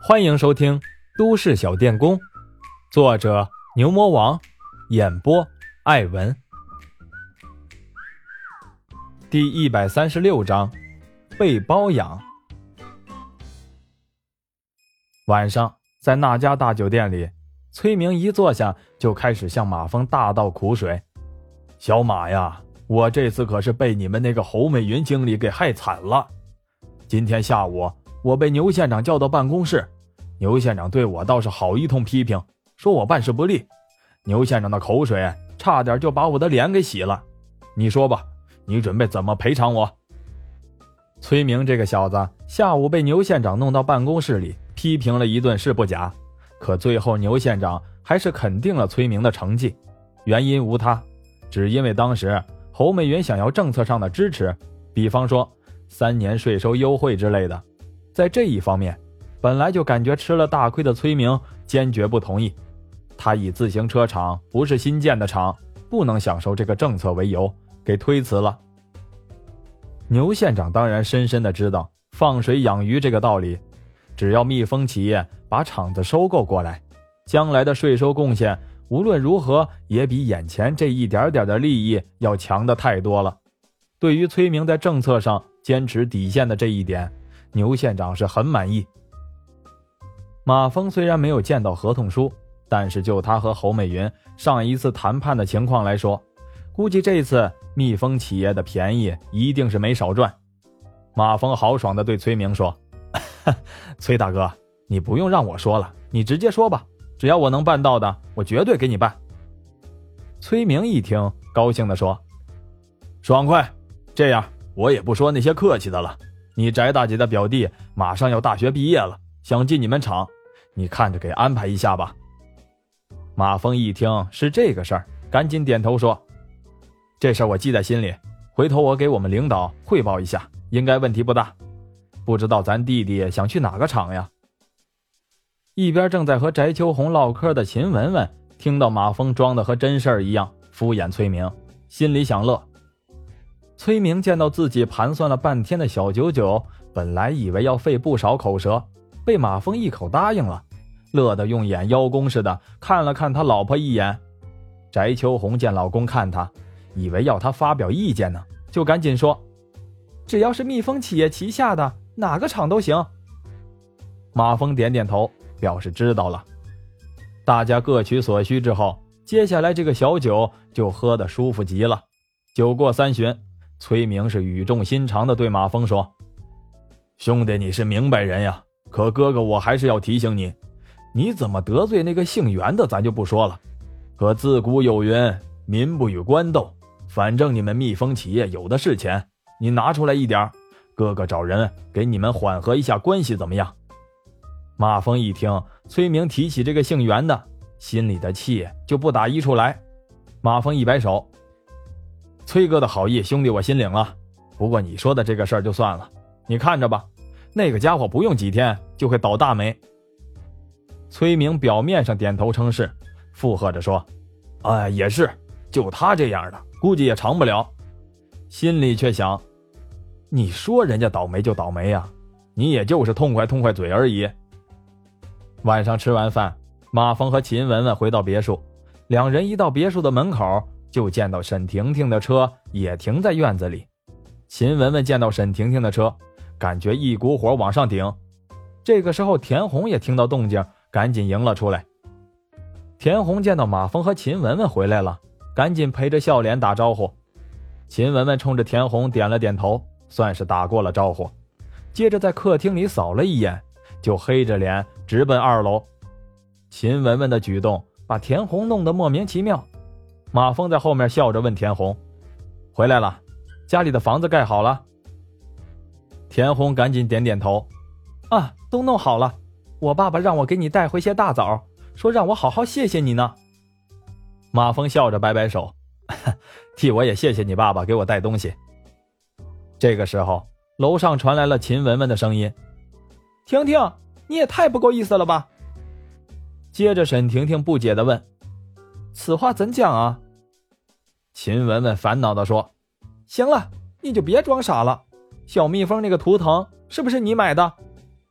欢迎收听都市小电工，作者牛魔王，演播艾文。第136章被包养。晚上在那家大酒店里，崔明一坐下就开始向马蜂大倒苦水。小马呀，我这次可是被你们那个侯美云经理给害惨了。今天下午我被牛县长叫到办公室，牛县长对我倒是好一通批评，说我办事不力。牛县长的口水差点就把我的脸给洗了。你说吧，你准备怎么赔偿我？崔明这个小子下午被牛县长弄到办公室里批评了一顿是不假，可最后牛县长还是肯定了崔明的成绩，原因无他，只因为当时侯美云想要政策上的支持，比方说3年税收优惠之类的。在这一方面，本来就感觉吃了大亏的崔明坚决不同意。他以自行车厂不是新建的厂，不能享受这个政策为由，给推辞了。牛县长当然深深的知道放水养鱼这个道理，只要蜜蜂企业把厂子收购过来，将来的税收贡献无论如何也比眼前这一点点的利益要强的太多了。对于崔明在政策上坚持底线的这一点，牛县长是很满意。马蜂虽然没有见到合同书，但是就他和侯美云上一次谈判的情况来说，估计这次蜜蜂企业的便宜一定是没少赚。马蜂豪爽地对崔明说，崔大哥，你不用让我说了，你直接说吧，只要我能办到的，我绝对给你办。崔明一听高兴地说，爽快，这样我也不说那些客气的了。你翟大姐的表弟马上要大学毕业了，想进你们厂，你看着给安排一下吧。马蜂一听是这个事儿，赶紧点头说，这事儿我记在心里，回头我给我们领导汇报一下，应该问题不大。不知道咱弟弟想去哪个厂呀？一边正在和翟秋红唠嗑的秦雯雯听到马蜂装的和真事儿一样敷衍崔明，心里想乐。崔明见到自己盘算了半天的小九九，本来以为要费不少口舌，被马蜂一口答应了，乐得用眼邀功似的看了看他老婆一眼。翟秋红见老公看他，以为要他发表意见呢，就赶紧说，只要是蜜蜂企业旗下的哪个厂都行。马蜂点点头表示知道了。大家各取所需之后，接下来这个小酒就喝得舒服极了。酒过3巡，崔明是语重心长地对马蜂说，兄弟你是明白人呀，可哥哥我还是要提醒你，你怎么得罪那个姓袁的咱就不说了，可自古有云，民不与官斗，反正你们蜜蜂企业有的是钱，你拿出来一点，哥哥找人给你们缓和一下关系怎么样？马蜂一听崔明提起这个姓袁的，心里的气就不打一处来。马蜂一摆手，崔哥的好意兄弟我心领了，不过你说的这个事儿就算了，你看着吧，那个家伙不用几天就会倒大霉。崔明表面上点头称是，附和着说，哎，也是，就他这样的估计也长不了。心里却想，你说人家倒霉就倒霉呀，你也就是痛快痛快嘴而已。晚上吃完饭，马蜂和秦雯雯回到别墅，两人一到别墅的门口，就见到沈婷婷的车也停在院子里。秦雯雯见到沈婷婷的车，感觉一股火往上顶。这个时候田红也听到动静，赶紧迎了出来。田红见到马蜂和秦雯雯回来了，赶紧陪着笑脸打招呼。秦雯雯冲着田红点了点头，算是打过了招呼，接着在客厅里扫了一眼，就黑着脸直奔2楼。秦雯雯的举动把田红弄得莫名其妙。马蜂在后面笑着问田红，回来了，家里的房子盖好了？田红赶紧点点头，啊，都弄好了，我爸爸让我给你带回些大枣，说让我好好谢谢你呢。马蜂笑着摆摆手，替我也谢谢你爸爸给我带东西。这个时候楼上传来了秦雯雯的声音，婷婷，你也太不够意思了吧。接着沈婷婷不解地问，此话怎讲啊？秦雯雯烦恼地说，行了，你就别装傻了，小蜜蜂那个图腾是不是你买的？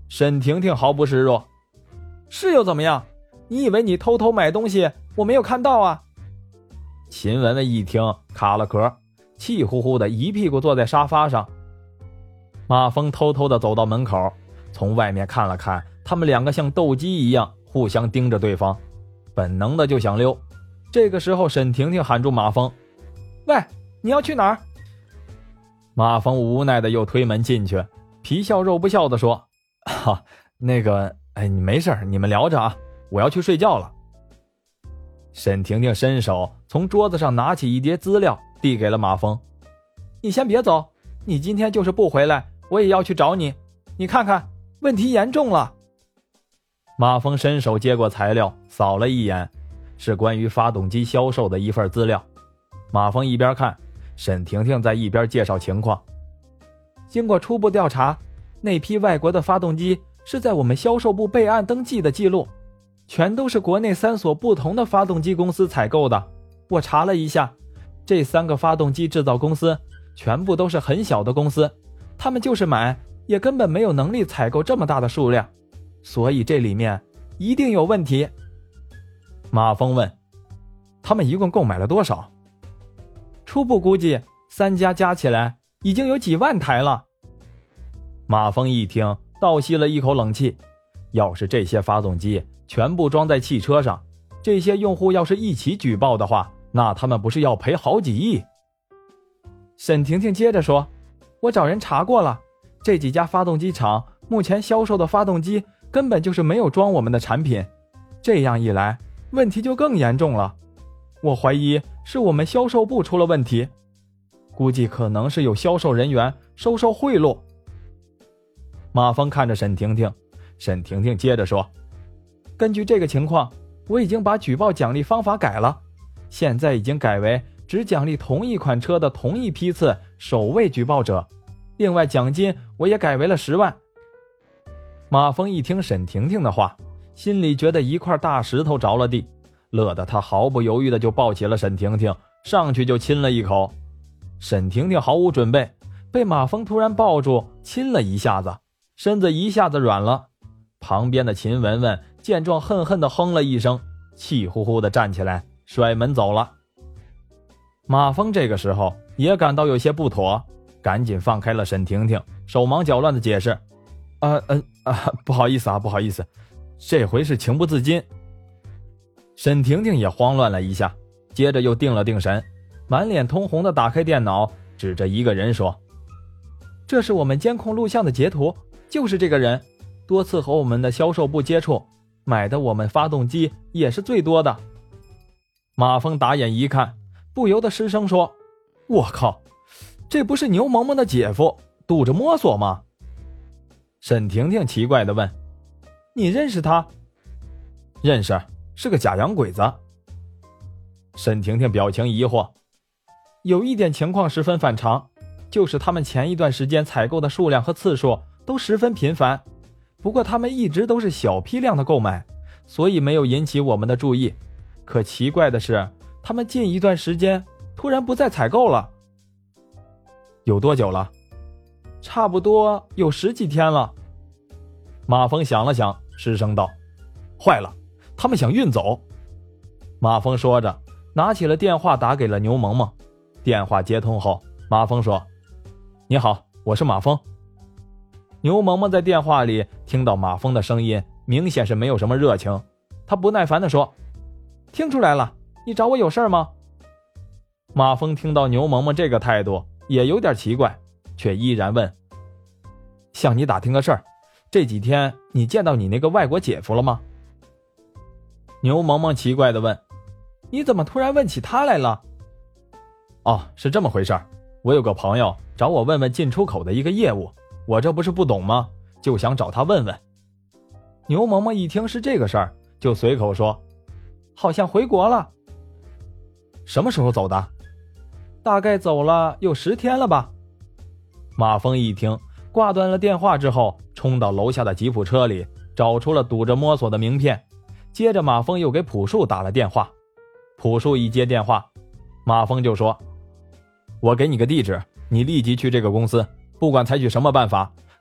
沈婷婷毫不示弱：“是又怎么样？你以为你偷偷买东西我没有看到啊？”秦雯雯一听卡了壳，气呼呼的一屁股坐在沙发上。马峰偷偷的走到门口，从外面看了看，他们两个像斗鸡一样互相盯着对方，本能的就想溜。这个时候沈婷婷喊住马峰：“喂，你要去哪儿？”马峰无奈的又推门进去，皮笑肉不笑的说：“那个，你没事，你们聊着啊，我要去睡觉了。”沈婷婷伸手从桌子上拿起一叠资料递给了马峰：“你先别走，你今天就是不回来我也要去找你，你看看问题严重了。”马峰伸手接过材料扫了一眼，是关于发动机销售的一份资料。马峰一边看，沈婷婷在一边介绍情况：“经过初步调查，那批外国的发动机是在我们销售部备案登记的记录，全都是国内3所不同的发动机公司采购的。我查了一下，这3个发动机制造公司全部都是很小的公司，他们就是买也根本没有能力采购这么大的数量，所以这里面一定有问题。”马峰问：“他们一共购买了多少？”初步估计3家加起来已经有几万台了。马峰一听倒吸了一口冷气，要是这些发动机全部装在汽车上，这些用户要是一起举报的话，那他们不是要赔好几亿？沈婷婷接着说：“我找人查过了，这几家发动机厂目前销售的发动机根本就是没有装我们的产品，这样一来问题就更严重了。我怀疑是我们销售部出了问题，估计可能是有销售人员收受贿赂。”马峰看着沈婷婷，沈婷婷接着说：“根据这个情况，我已经把举报奖励方法改了，现在已经改为只奖励同一款车的同一批次首位举报者，另外奖金我也改为了10万。”马峰一听沈婷婷的话，心里觉得一块大石头着了地，乐得他毫不犹豫的就抱起了沈婷婷，上去就亲了一口。沈婷婷毫无准备，被马峰突然抱住亲了一下子，身子一下子软了。旁边的秦雯雯见状恨恨地哼了一声，气呼呼地站起来甩门走了。马峰这个时候也感到有些不妥，赶紧放开了沈婷婷，手忙脚乱地解释：“不好意思啊，不好意思，这回是情不自禁。”沈婷婷也慌乱了一下，接着又定了定神，满脸通红地打开电脑，指着一个人说：“这是我们监控录像的截图，就是这个人，多次和我们的销售部接触，买的我们发动机也是最多的。”马峰打眼一看，不由得失声说：“我靠，这不是牛萌萌的姐夫堵着摸索吗？”沈婷婷奇怪地问：“你认识他？”“认识，是个假洋鬼子。”沈婷婷表情疑惑：“有一点情况十分反常，就是他们前一段时间采购的数量和次数都十分频繁，不过他们一直都是小批量的购买，所以没有引起我们的注意。可奇怪的是，他们近一段时间突然不再采购了。”“有多久了？”“差不多有10几天了。”马峰想了想，失声道：“坏了，他们想运走。”马峰说着拿起了电话打给了牛萌萌。电话接通后，马峰说：“你好，我是马峰。”牛萌萌在电话里听到马峰的声音，明显是没有什么热情，他不耐烦地说：“听出来了，你找我有事吗？”马峰听到牛萌萌这个态度也有点奇怪，却依然问：“向你打听个事儿，这几天你见到你那个外国姐夫了吗？”牛萌萌奇怪地问：“你怎么突然问起他来了？”“哦，是这么回事儿，我有个朋友找我问问进出口的一个业务，我这不是不懂吗？就想找他问问。”牛萌萌一听是这个事儿，就随口说：“好像回国了。”“什么时候走的？”“大概走了有10天了吧。”马峰一听，挂断了电话之后，冲到楼下的吉普车里，找出了堵着摸索的名片。接着马峰又给朴树打了电话。朴树一接电话，马峰就说：“我给你个地址，你立即去这个公司，不管采取什么办法，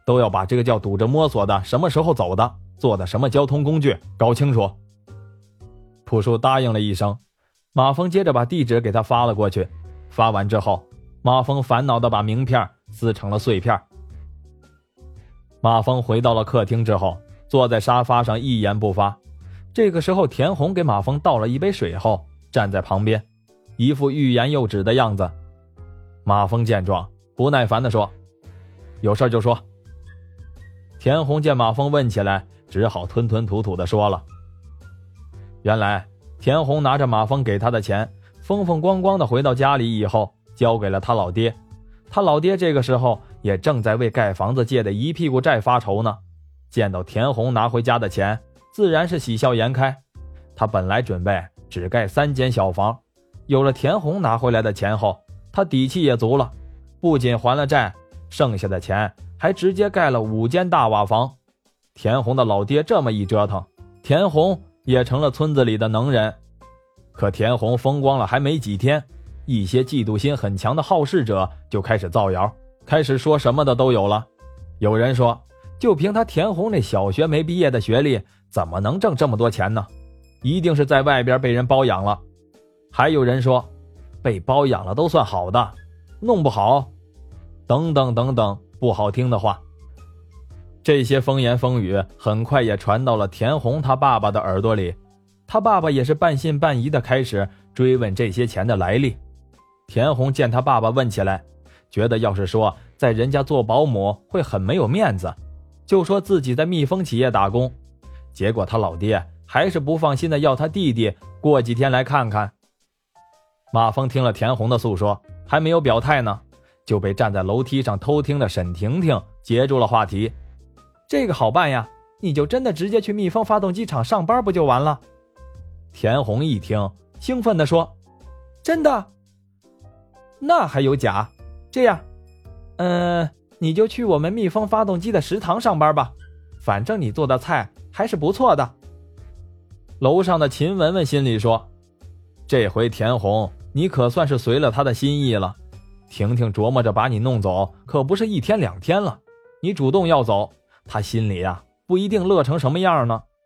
都要把这个叫堵着摸索的什么时候走的，坐的什么交通工具搞清楚。朴树答应了一声，马峰接着把地址给他发了过去。发完之后，马峰烦恼地把名片撕成了碎片。马峰回到了客厅之后，坐在沙发上一言不发。这个时候田红给马峰倒了一杯水后，站在旁边，一副欲言又止的样子。马峰见状，不耐烦地说：有事就说。田红见马峰问起来，只好吞吞吐吐地说了。原来田红拿着马峰给他的钱，风风光光地回到家里以后，交给了他老爹。他老爹这个时候也正在为盖房子借的一屁股债发愁呢。见到田红拿回家的钱，自然是喜笑颜开。他本来准备只盖3间小房，有了田红拿回来的钱后，他底气也足了，不仅还了债，剩下的钱还直接盖了5间大瓦房。田红的老爹这么一折腾，田红也成了村子里的能人。可田红风光了还没几天，一些嫉妒心很强的好事者就开始造谣，开始说什么的都有了。有人说，就凭他田红那小学没毕业的学历，怎么能挣这么多钱呢？一定是在外边被人包养了。还有人说，被包养了都算好的，弄不好等等等等不好听的话。这些风言风语很快也传到了田红他爸爸的耳朵里，他爸爸也是半信半疑的开始追问这些钱的来历。田红见他爸爸问起来，觉得要是说在人家做保姆会很没有面子，就说自己在蜜蜂企业打工。结果他老爹还是不放心的要他弟弟过几天来看看。马峰听了田红的诉说，还没有表态呢，就被站在楼梯上偷听的沈婷婷截住了话题。这个好办呀，你就真的直接去蜜蜂发动机厂上班不就完了？田红一听，兴奋地说：真的？那还有假？这样，你就去我们蜜蜂发动机的食堂上班吧，反正你做的菜还是不错的。楼上的秦雯雯心里说，这回田红你可算是随了他的心意了。婷婷琢磨着把你弄走，可不是1天2天了，你主动要走，他心里不一定乐成什么样呢。